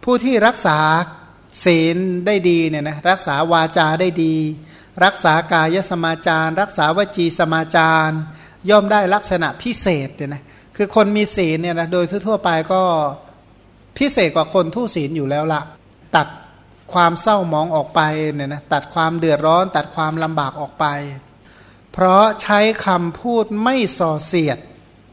ผู้ที่รักษาศีลได้ดีเนี่ยนะรักษาวาจาได้ดีรักษากายสมาจารรักษาวจีสมาจารย่อมได้ลักษณะพิเศษเนี่ยนะคือคนมีศีลเนี่ยนะโดยทั่วไปก็พิเศษกว่าคนทุศีลอยู่แล้วละตัดความเศร้าหมองออกไปเนี่ยนะตัดความเดือดร้อนตัดความลำบากออกไปเพราะใช้คำพูดไม่ส่อเสียด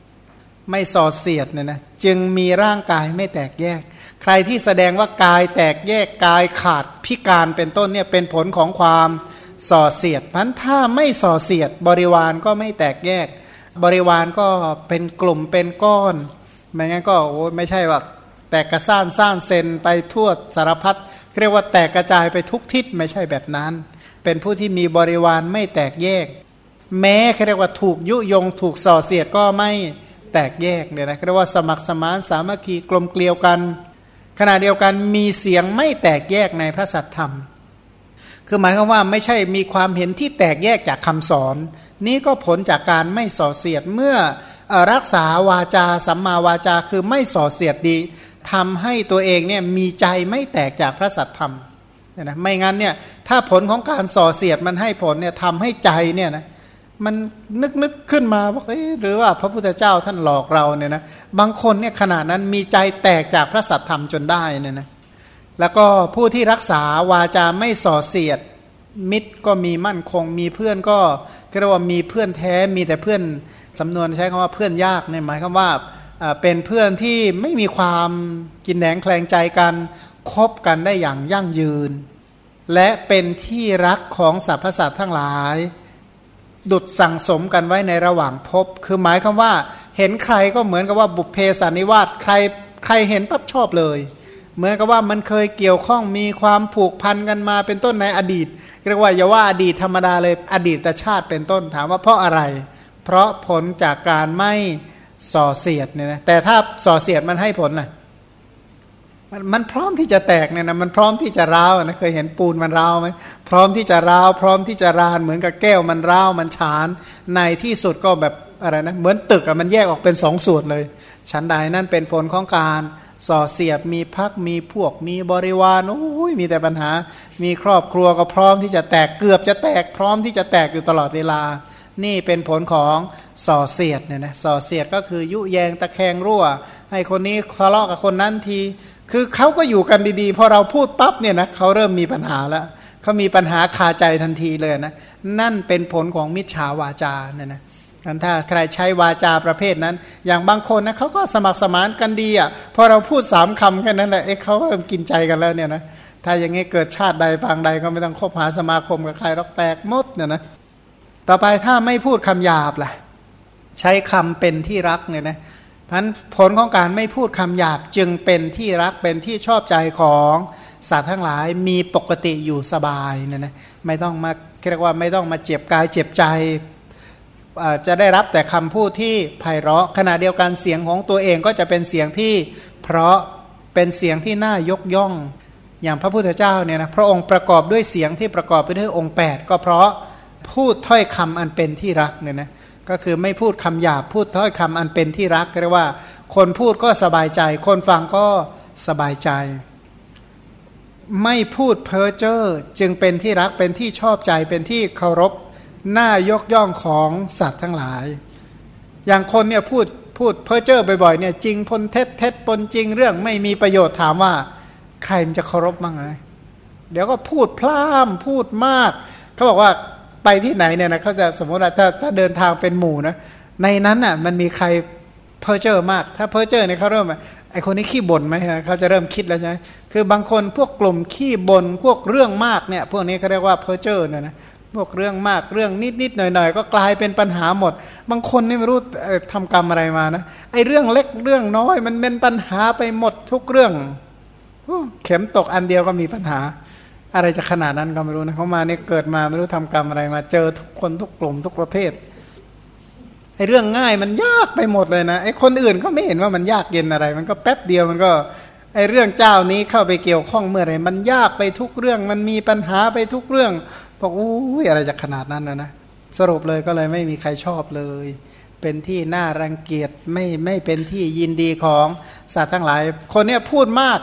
เนี่ยนะจึงมีร่างกายไม่แตกแยกใครที่แสดงว่ากายแตกแยกกายขาดพิการเป็นต้นเนี่ยเป็นผลของความส่อเสียดเพราะฉะนั้นถ้าไม่ส่อเสียดบริวารก็ไม่แตกแยกบริวารก็เป็นกลุ่มเป็นก้อนไม่งั้นก็ไม่ใช่ว่าแตกกระซ่านเซนไปทั่วสารพัดเรียกว่าแตกกระจายไปทุกทิศไม่ใช่แบบนั้นเป็นผู้ที่มีบริวารไม่แตกแยกแม้เรียกว่าถูกยุยงถูกส่อเสียดก็ไม่แตกแยกเนี่ยนะเรียกว่าสมัครสมานสามัคคีกลมเกลียวกันขณะเดียวกันมีเสียงไม่แตกแยกในพระสัทธรรมคือหมายความว่าไม่ใช่มีความเห็นที่แตกแยกจากคำสอนนี้ก็ผลจากการไม่ส่อเสียดเมื่อรักษาวาจาสัมมาวาจาคือไม่ส่อเสียดดีทำให้ตัวเองเนี่ยมีใจไม่แตกจากพระสัทธรรมนะไม่งั้นเนี่ยถ้าผลของการส่อเสียดมันให้ผลเนี่ยทำให้ใจเนี่ยนะมันนึกขึ้นมาว่าหรือว่าพระพุทธเจ้าท่านหลอกเราเนี่ยนะบางคนเนี่ยขนาดนั้นมีใจแตกจากพระสัทธรรมจนได้เนี่ยนะแล้วก็ผู้ที่รักษาวาจาไม่ส่อเสียดมิตรก็มีมั่นคงมีเพื่อนก็เรียกว่ามีเพื่อนแท้มีแต่เพื่อนสำนวนใช้คำว่าเพื่อนยากเนี่ยหมายความว่าเป็นเพื่อนที่ไม่มีความกินแหนงแคลงใจกันคบกันได้อย่างยั่งยืนและเป็นที่รักของสรรพสัตว์ทั้งหลายดุจสั่งสมกันไว้ในระหว่างพบคือหมายความว่าเห็นใครก็เหมือนกับว่าบุพเพสันนิวาสใครเห็นปั๊บชอบเลยเหมือนกับว่ามันเคยเกี่ยวข้องมีความผูกพันกันมาเป็นต้นในอดีตเรียกว่าอย่าว่าอดีตธรรมดาเลยอดีตชาติเป็นต้นถามว่าเพราะอะไรเพราะผลจากการไม่ส่อเสียดเนี่ยนะแต่ถ้าส่อเสียดมันให้ผลน่ะมันพร้อมที่จะแตกเนี่ยนะมันพร้อมที่จะร้าวนะเคยเห็นปูนมันร้าวไหมพร้อมที่จะร้าวพร้อมที่จะรานเหมือนกับแก้วมันร้าวมันฉานในที่สุดก็แบบอะไรนะเหมือนตึกมันแยกออกเป็นสองส่วนเลยชั้นใดนั่นเป็นผลของการส่อเสียดมีพรรคมีพวกมีบริวารโอ้ยมีแต่ปัญหามีครอบครัวก็พร้อมที่จะแตกเกือบจะแตกพร้อมที่จะแตกอยู่ตลอดเวลานี่เป็นผลของส่อเสียดเนี่ยนะส่อเสียดก็คือยุแยงตะแคงรั่วให้คนนี้ทะเลาะกับคนนั้นทีคือเขาก็อยู่กันดีๆพอเราพูดปั๊บเนี่ยนะเขาเริ่มมีปัญหาแล้วเขามีปัญหาคาใจทันทีเลยนะนั่นเป็นผลของมิจฉาวาจาเนี่ยนะถ้าใครใช้วาจาประเภทนั้นอย่างบางคนนะเขาก็สมัครสมานกันดีอ่ะพอเราพูด3 คำแค่นั้นแหละเขาเริ่มกินใจกันแล้วเนี่ยนะถ้าอย่างงี้เกิดชาติใดปางใดก็ไม่ต้องคบหาสมาคมกับใครรอกแตกหมดเนี่ยนะต่อไปถ้าไม่พูดคำหยาบล่ะใช้คำเป็นที่รักเนี่ยนะเพราะฉะนั้นผลของการไม่พูดคำหยาบจึงเป็นที่รักเป็นที่ชอบใจของสัตว์ทั้งหลายมีปกติอยู่สบายเนี่ยนะไม่ต้องมาเรียกว่าไม่ต้องมาเจ็บกายเจ็บใจจะได้รับแต่คำพูดที่ไพเราะขณะเดียวกันเสียงของตัวเองก็จะเป็นเสียงที่เพราะเป็นเสียงที่น่ายกย่องอย่างพระพุทธเจ้าเนี่ยนะพระองค์ประกอบด้วยเสียงที่ประกอบไปด้วยองค์8ก็เพราะพูดถ้อยคำอันเป็นที่รักเนี่ยนะก็คือไม่พูดคำหยาบพูดถ้อยคำอันเป็นที่รักเรียกว่าคนพูดก็สบายใจคนฟังก็สบายใจไม่พูดเพ้อเจ้อจึงเป็นที่รักเป็นที่ชอบใจเป็นที่เคารพน่ายกย่องของสัตว์ทั้งหลายอย่างคนเนี่ยพูดเพ้อเจ้อบ่อยๆเนี่ยจริงปนเท็จปนจริงเรื่องไม่มีประโยชน์ถามว่าใครมันจะเคารพบ้างไงเดี๋ยวก็พูดพล่ำพูดมากเขาบอกว่าไปที่ไหนเนี่ยนะเขาจะสมมติว่าถ้าเดินทางเป็นหมู่นะในนั้นอ่ะมันมีใครเพ้อเจ้อมากถ้าเพ้อเจ้อเนี่ยเขาเริ่มไอคนนี้ขี้บ่นไหมเขาจะเริ่มคิดแล้วใช่ไหมคือบางคนพวกกลุ่มขี้บ่นพวกเรื่องมากเนี่ยพวกนี้เขาเรียกว่าเพ้อเจ้อเนี่ยนะพวกเรื่องมากเรื่องนิดๆหน่อยๆก็กลายเป็นปัญหาหมดบางคนนี่ไม่รู้ทำกรรมอะไรมานะไอเรื่องเล็กเรื่องน้อยมันเป็นปัญหาไปหมดทุกเรื่องเข็มตกอันเดียวก็มีปัญหาอะไรจะขนาดนั้นก็ไม่รู้นะเขามาเนี่ยเกิดมาไม่รู้ทำกรรมอะไรมาเจอทุกคนทุกกลุ่มทุกประเภทไอ้เรื่องง่ายมันยากไปหมดเลยนะไอ้คนอื่นก็ไม่เห็นว่ามันยากเย็นอะไรมันก็แป๊บเดียวมันก็ไอ้เรื่องเจ้านี้เข้าไปเกี่ยวข้องเมื่อไหร่มันยากไปทุกเรื่องมันมีปัญหาไปทุกเรื่องบอกอุ้ยอะไรจะขนาดนั้นนะสรุปเลยก็เลยไม่มีใครชอบเลยเป็นที่น่ารังเกียจไม่เป็นที่ยินดีของสัตว์ทั้งหลายคนเนี้ยพูดมาก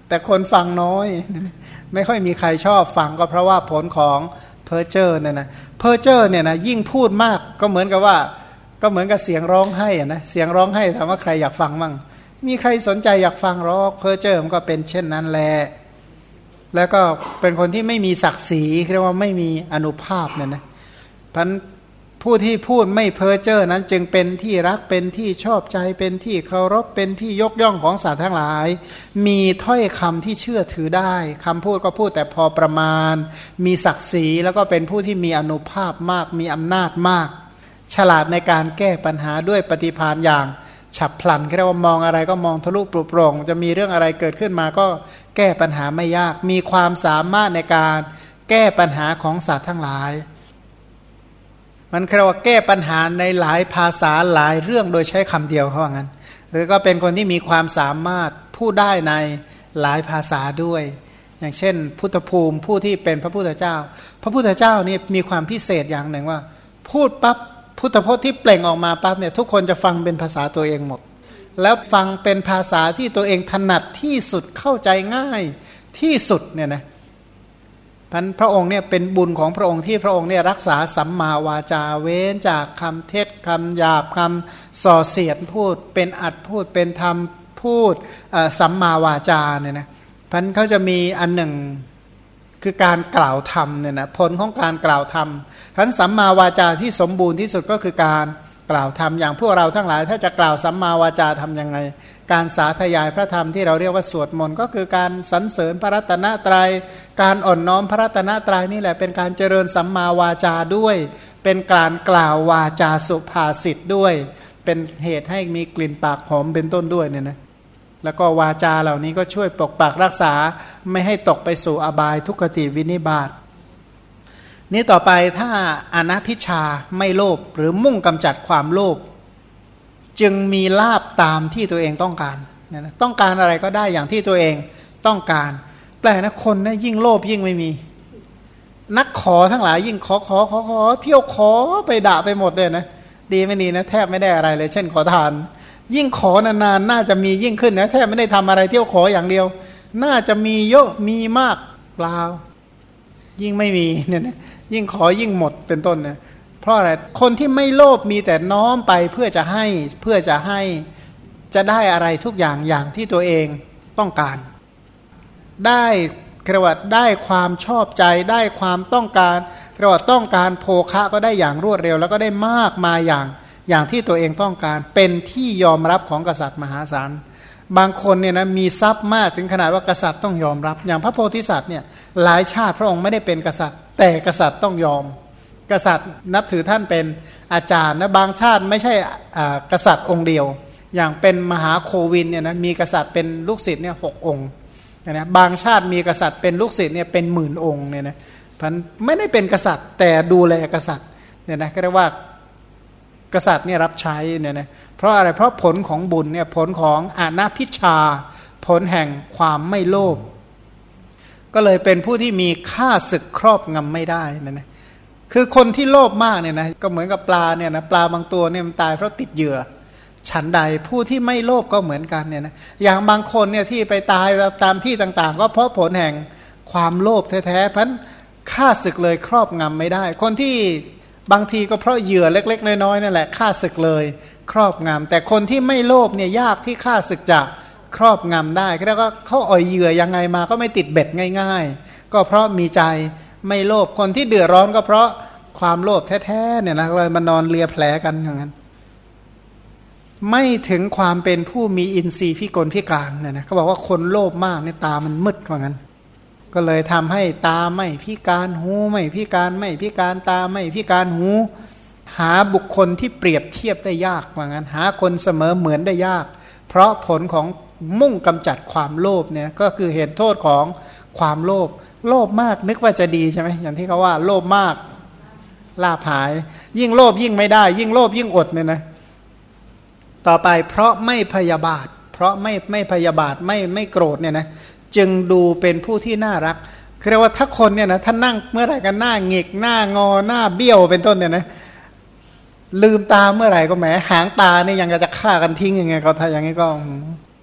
แต่คนฟังน้อยไม่ค่อยมีใครชอบฟังก็เพราะว่าผลของเพ้อเจ้อเนี่ยนะเพ้อเจ้อเนี่ยนะยิ่งพูดมากก็เหมือนกับเสียงร้องไห้อะนะเสียงร้องไห้ถามว่าใครอยากฟังมั่งมีใครสนใจอยากฟังหรอกเพ้อเจ้อมันก็เป็นเช่นนั้นแหละแล้วก็เป็นคนที่ไม่มีศักดิ์ศรีเรียกว่าไม่มีอานุภาพเนี่ยนะพันผู้ที่พูดไม่เพ้อเจ้อนั้นจึงเป็นที่รักเป็นที่ชอบใจเป็นที่เคารพเป็นที่ยกย่องของสัตว์ทั้งหลายมีถ้อยคำที่เชื่อถือได้คำพูดก็พูดแต่พอประมาณมีศักดิ์ศรีแล้วก็เป็นผู้ที่มีอานุภาพมากมีอำนาจมากฉลาดในการแก้ปัญหาด้วยปฏิภาณอย่างฉับพลันเรียกว่ามองอะไรก็มองทะลุปลุกโปร่งจะมีเรื่องอะไรเกิดขึ้นมาก็แก้ปัญหาไม่ยากมีความสามารถในการแก้ปัญหาของสัตว์ทั้งหลายมันเรียกว่าแก้ปัญหาในหลายภาษาหลายเรื่องโดยใช้คำเดียวเขาว่างั้นหรือก็เป็นคนที่มีความสามารถพูดได้ในหลายภาษาด้วยอย่างเช่นพุทธภูมิผู้ที่เป็นพระพุทธเจ้าพระพุทธเจ้านี่มีความพิเศษอย่างหนึ่งว่าพูดปั๊บพุทธพจน์ที่เปล่งออกมาปั๊บเนี่ยทุกคนจะฟังเป็นภาษาตัวเองหมดแล้วฟังเป็นภาษาที่ตัวเองถนัดที่สุดเข้าใจง่ายที่สุดเนี่ยนะพระองค์เนี่ยเป็นบุญของพระองค์ที่พระองค์เนี่ยรักษาสัมมาวาจาเว้นจากคำเท็จคำหยาบคำส่อเสียดพูดเป็นอัดพูดเป็นธรรมพูดสัมมาวาจาเนี่ยนะพันเขาจะมีอันหนึ่งคือการกล่าวธรรมเนี่ยนะผลของการกล่าวธรรมพันสัมมาวาจาที่สมบูรณ์ที่สุดก็คือการกล่าวธรรมอย่างพวกเราทั้งหลายถ้าจะกล่าวสัมมาวาจาทำยังไงการสาธยายพระธรรมที่เราเรียกว่าสวดมนต์ก็คือการสรรเสริญพระรัตนตรัยการอ่อนน้อมพระรัตนตรัยนี่แหละเป็นการเจริญสัมมาวาจาด้วยเป็นการกล่าววาจาสุภาษิตด้วยเป็นเหตุให้มีกลิ่นปากหอมเป็นต้นด้วยเนี่ยนะแล้วก็วาจาเหล่านี้ก็ช่วยปกปักรักษาไม่ให้ตกไปสู่อบายทุกขติวินิบาตนี่ต่อไปถ้าอนัพิชชาไม่โลภหรือมุ่งกำจัดความโลภจึงมีลาภตามที่ตัวเองต้องการนะต้องการอะไรก็ได้อย่างที่ตัวเองต้องการแปลนะคนนะยิ่งโลภยิ่งไม่มีนักขอทั้งหลายยิ่งขอเที่ยวขอไปด่าไปหมดเลยนะดีไม่ดีนะแทบไม่ได้อะไรเลยเช่นขอทานยิ่งขอนานๆน่าจะมียิ่งขึ้นนะแทบไม่ได้ทำอะไรเที่ยวขออย่างเดียวน่าจะมีเยอะมีมากเปล่ายิ่งไม่มีเนี่ยนะยิ่งขอยิ่งหมดเป็นต้นนะเพราะอะไรคนที่ไม่โลภมีแต่น้อมไปเพื่อจะให้จะได้อะไรทุกอย่างอย่างที่ตัวเองต้องการได้กระวัดได้ความชอบใจได้ความต้องการกระวัดต้องการโภคะก็ได้อย่างรวดเร็วแล้วก็ได้มากมาอย่างที่ตัวเองต้องการเป็นที่ยอมรับของกษัตริย์มหาศาลบางคนเนี่ยนะมีทรัพย์มากถึงขนาดว่ากษัตริย์ต้องยอมรับอย่างพระโพธิสัตว์เนี่ยหลายชาติพระองค์ไม่ได้เป็นกษัตริย์แต่กษัตริย์ต้องยอมกษัตริย์นับถือท่านเป็นอาจารย์นะบางชาติไม่ใช่กษัตริย์องค์เดียวอย่างเป็นมหาโควินเนี่ยนะมีกษัตริย์เป็นลูกศิษย์เนี่ย6 องค์นะบางชาติมีกษัตริย์เป็นลูกศิษย์เนี่ยเป็นหมื่นองค์เนี่ยนะพันไม่ได้เป็นกษัตริย์แต่ดูแลกษัตริย์เนี่ยนะก็เรียกว่ากษัตริย์เนี่ยรับใช้เนี่ยนะเพราะอะไรเพราะผลของบุญเนี่ยผลของอนัพิชชาผลแห่งความไม่โลภก็เลยเป็นผู้ที่มีฆ่าศึกครอบงำไม่ได้นะคือคนที่โลภมากเนี่ยนะก็เหมือนกับปลาเนี่ยนะปลาบางตัวเนี่ยมันตายเพราะติดเหยื่อฉันใดผู้ที่ไม่โลภก็เหมือนกันเนี่ยนะอย่างบางคนเนี่ยที่ไปตายตามที่ต่างๆก็เพราะผลแห่งความโลภแท้ๆเพราะฆ่าศึกเลยครอบงำไม่ได้คนที่บางทีก็เพราะเหยื่อเล็กๆน้อยๆนั่นแหละฆ่าศึกเลยครอบงำแต่คนที่ไม่โลภเนี่ยยากที่ฆ่าศึกจะครอบงำได้ก็เรียกว่าเขาอ่อยเหยื่อยังไงมาก็ไม่ติดเบ็ดง่ายๆก็เพราะมีใจไม่โลภคนที่เดือดร้อนก็เพราะความโลภแท้ๆเนี่ยนะเลยมานอนเลียแผลกันอย่างนั้นไม่ถึงความเป็นผู้มีอินทรีย์พิกลพิการเนี่ยนะเขาบอกว่าคนโลภมากเนี่ยตามันมืดว่างั้นก็เลยทำให้ตาไม่พิการหูไม่พิการตาไม่พิการหูหาบุคคลที่เปรียบเทียบได้ยากว่างั้นหาคนเสมอเหมือนได้ยากเพราะผลของมุ่งกำจัดความโลภเนี่ยก็คือเห็นโทษของความโลภมากนึกว่าจะดีใช่ไหมอย่างที่เขาว่าโลภมากลาภหายยิ่งโลภยิ่งไม่ได้ยิ่งโลภยิ่งอดเนี่ยนะต่อไปเพราะไม่พยาบาทเพราะไม่พยาบาทไม่โกรธเนี่ยนะจึงดูเป็นผู้ที่น่ารักคือเรียกว่าถ้าคนเนี่ยนะท่านนั่งเมื่อไหร่กันหน้าหงิกหน้างอหน้าเบี้ยวเป็นต้นเนี่ยนะลืมตาเมื่อไหร่ก็แหมหางตาเนี่ยยังจะฆ่ากันทิ้งยังไงเขาทำอย่างนี้ก็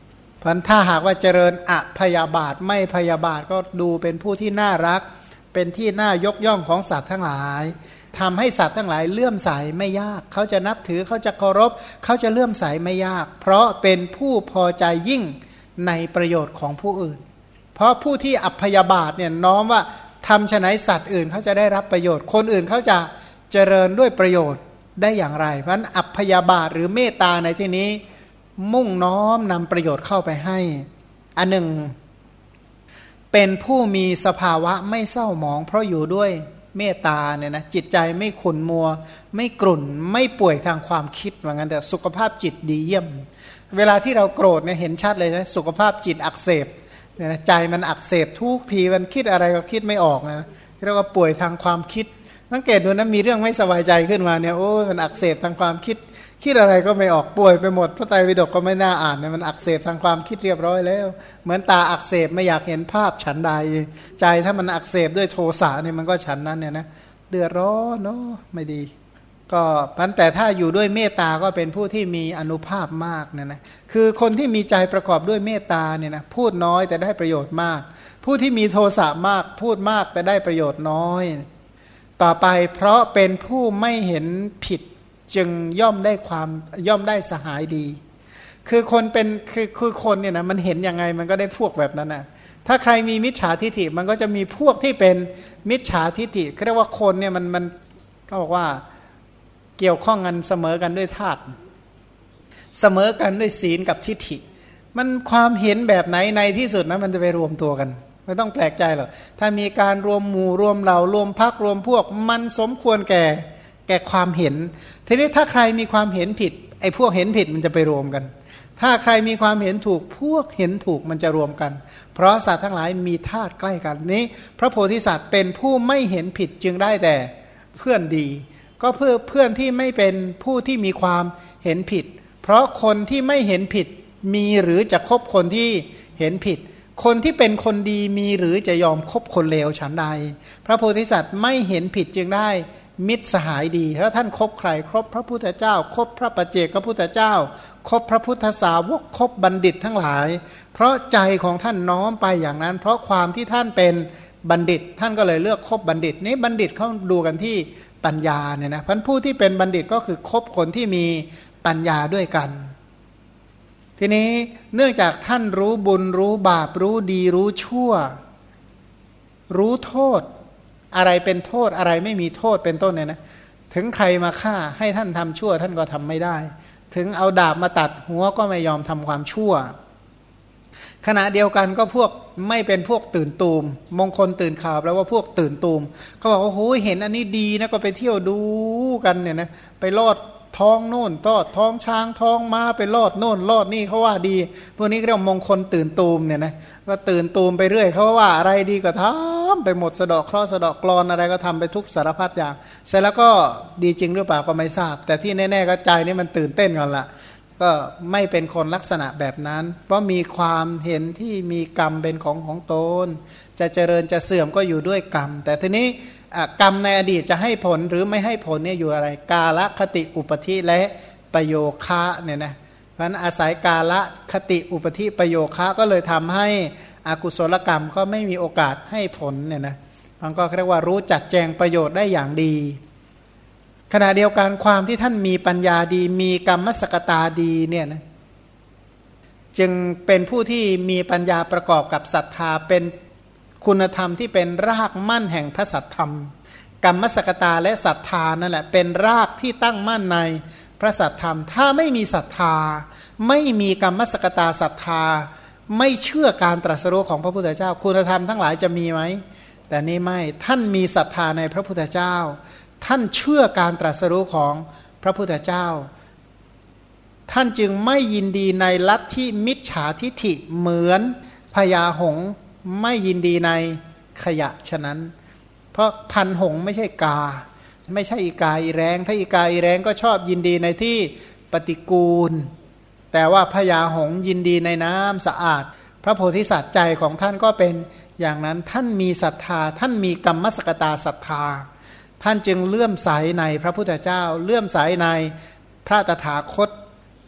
เพราะถ้าหากว่าเจริญอพยาบาทไม่พยาบาทก็ดูเป็นผู้ที่น่ารักเป็นที่น่ายกย่องของสัตว์ทั้งหลายทำให้สัตว์ทั้งหลายเลื่อมใสไม่ยากเขาจะนับถือเขาจะเคารพเขาจะเลื่อมใสไม่ยากเพราะเป็นผู้พอใจยิ่งในประโยชน์ของผู้อื่นเพราะผู้ที่อัพยาบาทเนี่ยน้อมว่าทำฉะไหนสัตว์อื่นเขาจะได้รับประโยชน์คนอื่นเขาจะเจริญด้วยประโยชน์ได้อย่างไรเพราะฉะนั้นอัพยาบาทหรือเมตตาในที่นี้มุ่งน้อมนำประโยชน์เข้าไปให้อันหนึ่งเป็นผู้มีสภาวะไม่เศร้าหมองเพราะอยู่ด้วยเมตตาเนี่ยนะจิตใจไม่ขุ่นมัวไม่กรุ่นไม่ป่วยทางความคิดว่างั้นแต่สุขภาพจิตดีเยี่ยมเวลาที่เราโกรธเนี่ยเห็นชัดเลยนะสุขภาพจิตอักเสบเนี่ยนะใจมันอักเสบทุกทีมันคิดอะไรก็คิดไม่ออกนะเรียกว่าป่วยทางความคิดสังเกตดูนะมีเรื่องไม่สบายใจขึ้นมาเนี่ยโอ้มันอักเสบทางความคิดอะไรก็ไม่ออกป่วยไปหมดพระไตรปิฎกก็ไม่น่าอ่านเนี่ยมันอักเสบทางความคิดเรียบร้อยแล้วเหมือนตาอักเสบไม่อยากเห็นภาพฉันใดใจถ้ามันอักเสบด้วยโทสะเนี่ยมันก็ฉันนั้นเนี่ยนะเดือดร้อนเนาะไม่ดีก็พันแต่ถ้าอยู่ด้วยเมตตาก็เป็นผู้ที่มีอานุภาพมากเนี่ยนะคือคนที่มีใจประกอบด้วยเมตตาเนี่ยนะพูดน้อยแต่ได้ประโยชน์มากผู้ที่มีโทสะมากพูดมากแต่ได้ประโยชน์น้อยต่อไปเพราะเป็นผู้ไม่เห็นผิดจึงย่อมได้สหายดีคือคนเป็นคือคนเนี่ยนะมันเห็นยังไงมันก็ได้พวกแบบนั้นนะถ้าใครมีมิจฉาทิฏฐิมันก็จะมีพวกที่เป็นมิจฉาทิฏฐิเรียกว่าคนเนี่ยมันเขาบอกว่าเกี่ยวข้องกันเสมอกันด้วยธาตุเสมอกันด้วยศีลกับทิฏฐิมันความเห็นแบบไหนในที่สุดนะมันจะไปรวมตัวกันไม่ต้องแปลกใจหรอกถ้ามีการรวมหมู่รวมเหล่ารวมพรรครวมพวกมันสมควรแก่ความเห็นทีนี้ถ้าใครมีความเห็นผิดไอ้พวกเห็นผิดมันจะไปรวมกันถ้าใครมีความเห็นถูกพวกเห็นถูกมันจะรวมกันเพราะสัตว์ทั้งหลายมีธาตุใกล้กันนี้พระโพธิสัตว์เป็นผู้ไม่เห็นผิดจึงได้แต่เพื่อนดีก็เพื่อนที่ไม่เป็นผู้ที่มีความเห็นผิดเพราะคนที่ไม่เห็นผิดมีหรือจะคบคนที่เห็นผิดคนที่เป็นคนดีมีหรือจะยอมคบคนเลวฉันใดพระโพธิสัตว์ไม่เห็นผิดจึงได้มิตรสหายดีแล้วท่านคบใครคบพระพุทธเจ้าคบพระปัจเจกพระพุทธเจ้าคบพระพุทธสาวกคบบัณฑิตทั้งหลายเพราะใจของท่านน้อมไปอย่างนั้นเพราะความที่ท่านเป็นบัณฑิตท่านก็เลยเลือกคบบัณฑิตนี้บัณฑิตเขาดูกันที่ปัญญาเนี่ยนะพันผู้ที่เป็นบัณฑิตก็คือคบคนที่มีปัญญาด้วยกันทีนี้เนื่องจากท่านรู้บุญรู้บาปรู้ดีรู้ชั่วรู้โทษอะไรเป็นโทษอะไรไม่มีโทษเป็นต้นเนี่ยนะถึงใครมาฆ่าให้ท่านทำชั่วท่านก็ทำไม่ได้ถึงเอาดาบมาตัดหัวก็ไม่ยอมทำความชั่วขณะเดียวกันก็พวกไม่เป็นพวกตื่นตูมมงคลตื่นข่าวแปลว่าพวกตื่นตูมเขาบอกว่าโอ้โหเห็นอันนี้ดีนะก็ไปเที่ยวดูกันเนี่ยนะไปลอดท้องโน่นทอดท้องช้างท้องม้าไปลอดโน่นลอดนี่เขาว่าดีพวกนี้เรียกมงคลตื่นตูมเนี่ยนะก็ตื่นตูมไปเรื่อยเขาว่าอะไรดีก็ทำไปหมดสะดอกเคราะห์สะดอกกลอนอะไรก็ทำไปทุกสารพัดอย่างเสร็จแล้วก็ดีจริงหรือเปล่าก็ไม่ทราบแต่ที่แน่ๆก็ใจนี่มันตื่นเต้นกันละก็ไม่เป็นคนลักษณะแบบนั้นเพราะมีความเห็นที่มีกรรมเป็นของตนจะเจริญจะเสื่อมก็อยู่ด้วยกรรมแต่ทีนี้กรรมในอดีตจะให้ผลหรือไม่ให้ผลเนี่ยอยู่อะไรกาลคติอุปธิและประโยคะเนี่ยนะเพราะฉะนั้นอาศัยกาลคติอุปธิประโยคะก็เลยทำให้อกุศลกรรมก็ไม่มีโอกาสให้ผลเนี่ยนะมันก็เรียกว่ารู้จัดแจงประโยชน์ได้อย่างดีขณะเดียวกันความที่ท่านมีปัญญาดีมีกรรมสกตาดีเนี่ยนะจึงเป็นผู้ที่มีปัญญาประกอบกับศรัทธาเป็นคุณธรรมที่เป็นรากมั่นแห่งพระสัทธรรมกรรมสกตาและศรัทธานั่นแหละเป็นรากที่ตั้งมั่นในพระสัทธรรมถ้าไม่มีศรัทธาไม่มีกรรมสกตาศรัทธาไม่เชื่อการตรัสรู้ของพระพุทธเจ้าคุณธรรมทั้งหลายจะมีไหมแต่นี่ไม่ท่านมีศรัทธาในพระพุทธเจ้าท่านเชื่อการตรัสรู้ของพระพุทธเจ้าท่านจึงไม่ยินดีในลัทธิมิจฉาทิฐิเหมือนพญาหงส์ไม่ยินดีในขยะฉะนั้นเพราะพันหงส์ไม่ใช่กาไม่ใช่อีกาอีแรงถ้าอีกาอีแรงก็ชอบยินดีในที่ปฏิกูลแต่ว่าพญาหงส์ยินดีในน้ำสะอาดพระโพธิสัตว์ใจของท่านก็เป็นอย่างนั้นท่านมีศรัทธาท่านมีกรรมสกตาศรัทธาท่านจึงเลื่อมใสในพระพุทธเจ้าเลื่อมใสในพระตถาคต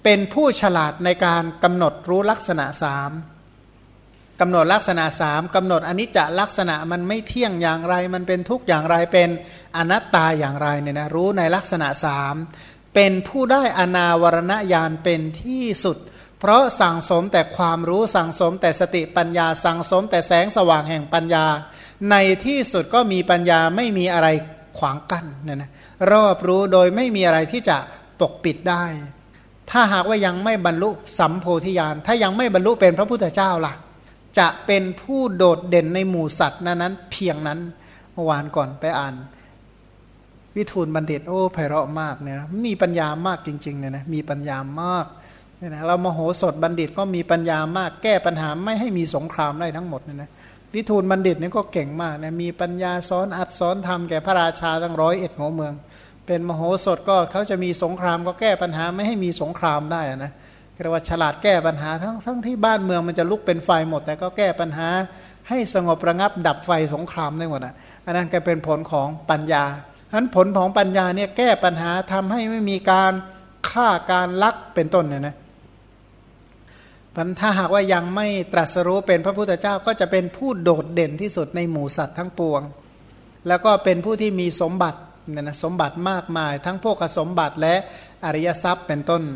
เป็นผู้ฉลาดในการกำหนดรู้ลักษณะสามกำหนดลักษณะสามกำหนดอนิจจลักษณะมันไม่เที่ยงอย่างไรมันเป็นทุกข์อย่างไรเป็นอนัตตาอย่างไรเนี่ยนะรู้ในลักษณะสามเป็นผู้ได้อนาวรณญาณเป็นที่สุดเพราะสั่งสมแต่ความรู้สั่งสมแต่สติปัญญาสั่งสมแต่แสงสว่างแห่งปัญญาในที่สุดก็มีปัญญาไม่มีอะไรขวางกั้นเนี่ยนะรอบรู้โดยไม่มีอะไรที่จะปกปิดได้ถ้าหากว่ายังไม่บรรลุสัมโพธิญาณถ้ายังไม่บรรลุเป็นพระพุทธเจ้าล่ะจะเป็นผู้โดดเด่นในหมู่สัตว์นั้นเพียงนั้นเมื่อวานก่อนไปอ่านวิทูลบัณฑิตโอ้ไพเราะมากเนี่ยนะมีปัญญามากจริงๆเนี่ยนะมีปัญญามากเนี่ยนะเรามโหสถบัณฑิตก็มีปัญญามากแก้ปัญหาไม่ให้มีสงครามได้ทั้งหมดเนี่ยนะวิทูลบัณฑิตนี่ก็เก่งมากนะมีปัญญาสอนอัดสอนธรรมแก่พระราชาทั้ง101 หัวเมืองเป็นมโหสถก็เขาจะมีสงครามก็แก้ปัญหาไม่ให้มีสงครามได้นะเรียกว่าฉลาดแก้ปัญหาทั้งที่บ้านเมืองมันจะลุกเป็นไฟหมดแต่ก็แก้ปัญหาให้สงบระงับดับไฟสงครามได้หมดอันนั้นก็เป็นผลของปัญญาฉะนั้นผลของปัญญาเนี่ยแก้ปัญหาทำให้ไม่มีการฆ่าการลักเป็นต้นเนี่ยนะถ้าหากว่ายังไม่ตรัสรู้เป็นพระพุทธเจ้าก็จะเป็นผู้โดดเด่นที่สุดในหมู่สัตว์ทั้งปวงแล้วก็เป็นผู้ที่มีสมบัติเนี่ยนะสมบัติมากมายทั้งโภคสมบัติและอริยทรัพย์เป็นต้น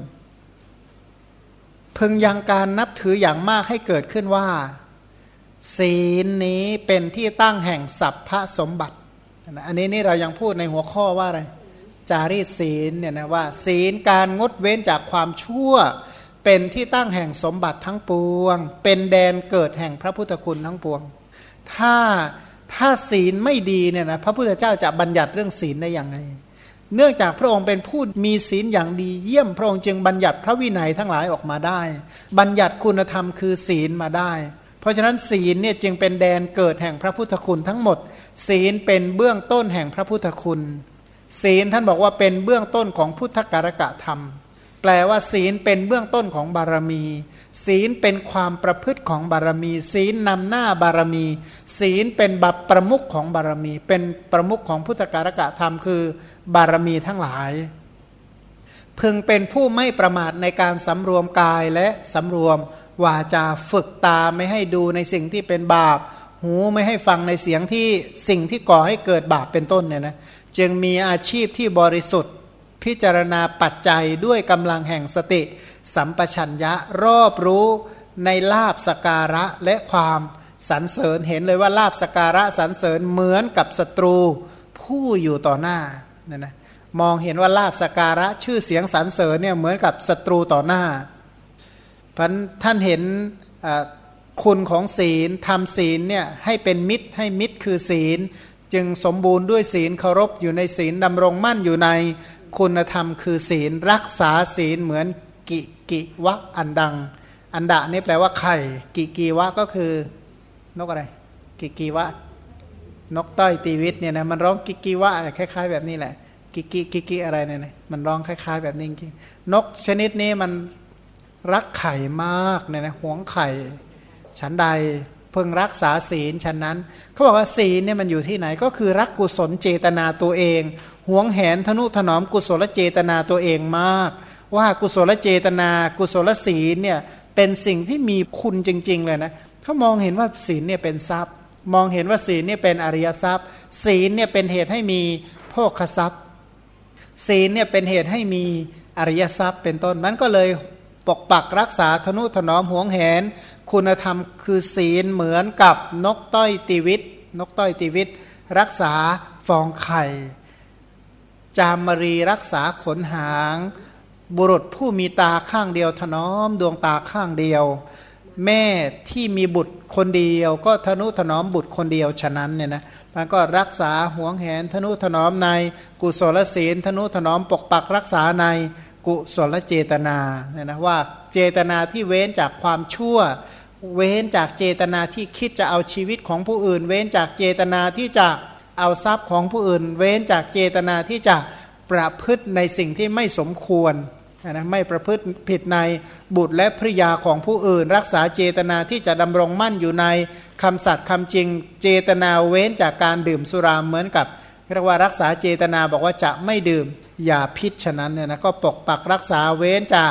พึงยังการนับถืออย่างมากให้เกิดขึ้นว่าศีลนี้เป็นที่ตั้งแห่งสัพพะสมบัติอันนี้นี่เรายังพูดในหัวข้อว่าอะไรจารีตศีลเนี่ยนะว่าศีลการงดเว้นจากความชั่วเป็นที่ตั้งแห่งสมบัติทั้งปวงเป็นแดนเกิดแห่งพระพุทธคุณทั้งปวงถ้าศีลไม่ดีเนี่ยนะพระพุทธเจ้าจะบัญญัติเรื่องศีลได้อย่างไรเนื่องจากพระองค์เป็นผู้มีศีลอย่างดีเยี่ยมพระองค์จึงบัญญัติพระวินัยทั้งหลายออกมาได้บัญญัติคุณธรรมคือศีลมาได้เพราะฉะนั้นศีลเนี่ยจึงเป็นแดนเกิดแห่งพระพุทธคุณทั้งหมดศีลเป็นเบื้องต้นแห่งพระพุทธคุณศีลท่านบอกว่าเป็นเบื้องต้นของพุทธการกะธรรมแปลว่าศีลเป็นเบื้องต้นของบารมีศีลเป็นความประพฤติของบารมีศีลนำหน้าบารมีศีลเป็นบัพประมุขของบารมีเป็นประมุขของพุทธการกะธรรมคือบารมีทั้งหลายพึงเป็นผู้ไม่ประมาทในการสำรวมกายและสำรวมวาจาฝึกตาไม่ให้ดูในสิ่งที่เป็นบาปหูไม่ให้ฟังในสิ่งที่ก่อให้เกิดบาปเป็นต้นเนี่ยนะจึงมีอาชีพที่บริสุทธิ์พิจารณาปัจจัยด้วยกำลังแห่งสติสัมปชัญญะรอบรู้ในลาภสักการะและความสรรเสริญเห็นเลยว่าลาภสักการะสรรเสริญเหมือนกับศัตรูผู้อยู่ต่อหน้าเนี่ยนะมองเห็นว่าลาภสักการะชื่อเสียงสรรเสริญเนี่ยเหมือนกับศัตรูต่อหน้าท่านเห็นคุณของศีลทำศีลเนี่ยให้เป็นมิตรให้มิตรคือศีลจึงสมบูรณ์ด้วยศีลเคารพอยู่ในศีลดำรงมั่นอยู่ในคุณธรรมคือศีลรักษาศีลเหมือนกิวะอันดังอันดะนี่แปลว่าไข่กิวะก็คือนกอะไรกิวะนกต้อยตีวิตเนี่ยนะมันร้องกิวะคล้ายๆแบบนี้แหละกิอะไรเนี่ยมันร้องคล้ายๆแบบนี้จริงนกชนิดนี้มันรักไข่มากเนี่ยนะหวงไข่ฉันใดเพิ่งรักษาศีลฉันนั้นเขาบอกว่าศีลเนี่ยมันอยู่ที่ไหนก็คือรักกุศลเจตนาตัวเองหวงแหนทนุถนอมกุศลเจตนาตัวเองมากว่ากุศลเจตนากุศลศีลเนี่ยเป็นสิ่งที่มีคุณจริงๆเลยนะเขามองเห็นว่าศีลเนี่ยเป็นทรัพย์มองเห็นว่าศีลเนี่ยเป็นอริยทรัพย์ศีลเนี่ยเป็นเหตุให้มีโภคทรัพย์ศีลเนี่ยเป็นเหตุให้มีอริยทรัพย์เป็นต้นมันก็เลยปกปักรักษาทนุถนอมหวงแหนคุณธรรมคือศีลเหมือนกับนกต้อยตีวิตนกต้อยตีวิตรักษาฟองไข่จามรีรักษาขนหางบุรุษผู้มีตาข้างเดียวถนอมดวงตาข้างเดียวแม่ที่มีบุตรคนเดียวก็ทนุถนอมบุตรคนเดียวฉะนั้นเนี่ยนะมันก็รักษาหวงแหนทนุถนอมในกุศลศีลทนุถนอมปกปักรักษาในกุศลเจตนาเนี่ยนะว่าเจตนาที่เว้นจากความชั่วเว้นจากเจตนาที่คิดจะเอาชีวิตของผู้อื่นเว้นจากเจตนาที่จะเอาทรัพย์ของผู้อื่นเว้นจากเจตนาที่จะประพฤติในสิ่งที่ไม่สมควรนะไม่ประพฤติผิดในบุตรและภริยาของผู้อื่นรักษาเจตนาที่จะดำรงมั่นอยู่ในคำสัตย์คำจริงเจตนาเว้นจากการดื่มสุราเหมือนกับเรียกว่ารักษาเจตนาบอกว่าจะไม่ดื่มอย่าพิษฉะนั้นเนี่ยนะก็ปกปักรักษาเว้นจาก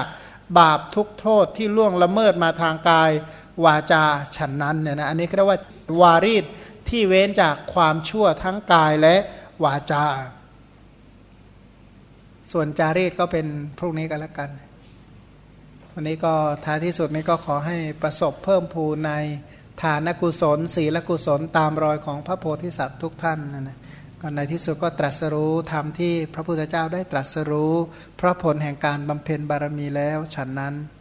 บาปทุกโทษที่ล่วงละเมิดมาทางกายวาจาฉันนั้นเนี่ยนะอันนี้เรียกว่าวารีตที่เว้นจากความชั่วทั้งกายและวาจาส่วนจารีตก็เป็นพรุ่งนี้กันแล้วกันวันนี้ก็ท้ายที่สุดนี้ก็ขอให้ประสบเพิ่มพูนในทานกุศลศีลกุศลตามรอยของพระโพธิสัตว์ทุกท่านนะก็ในที่สุดก็ตรัสรู้ธรรมที่พระพุทธเจ้าได้ตรัสรู้เพราะผลแห่งการบำเพ็ญบารมีแล้วฉันนั้น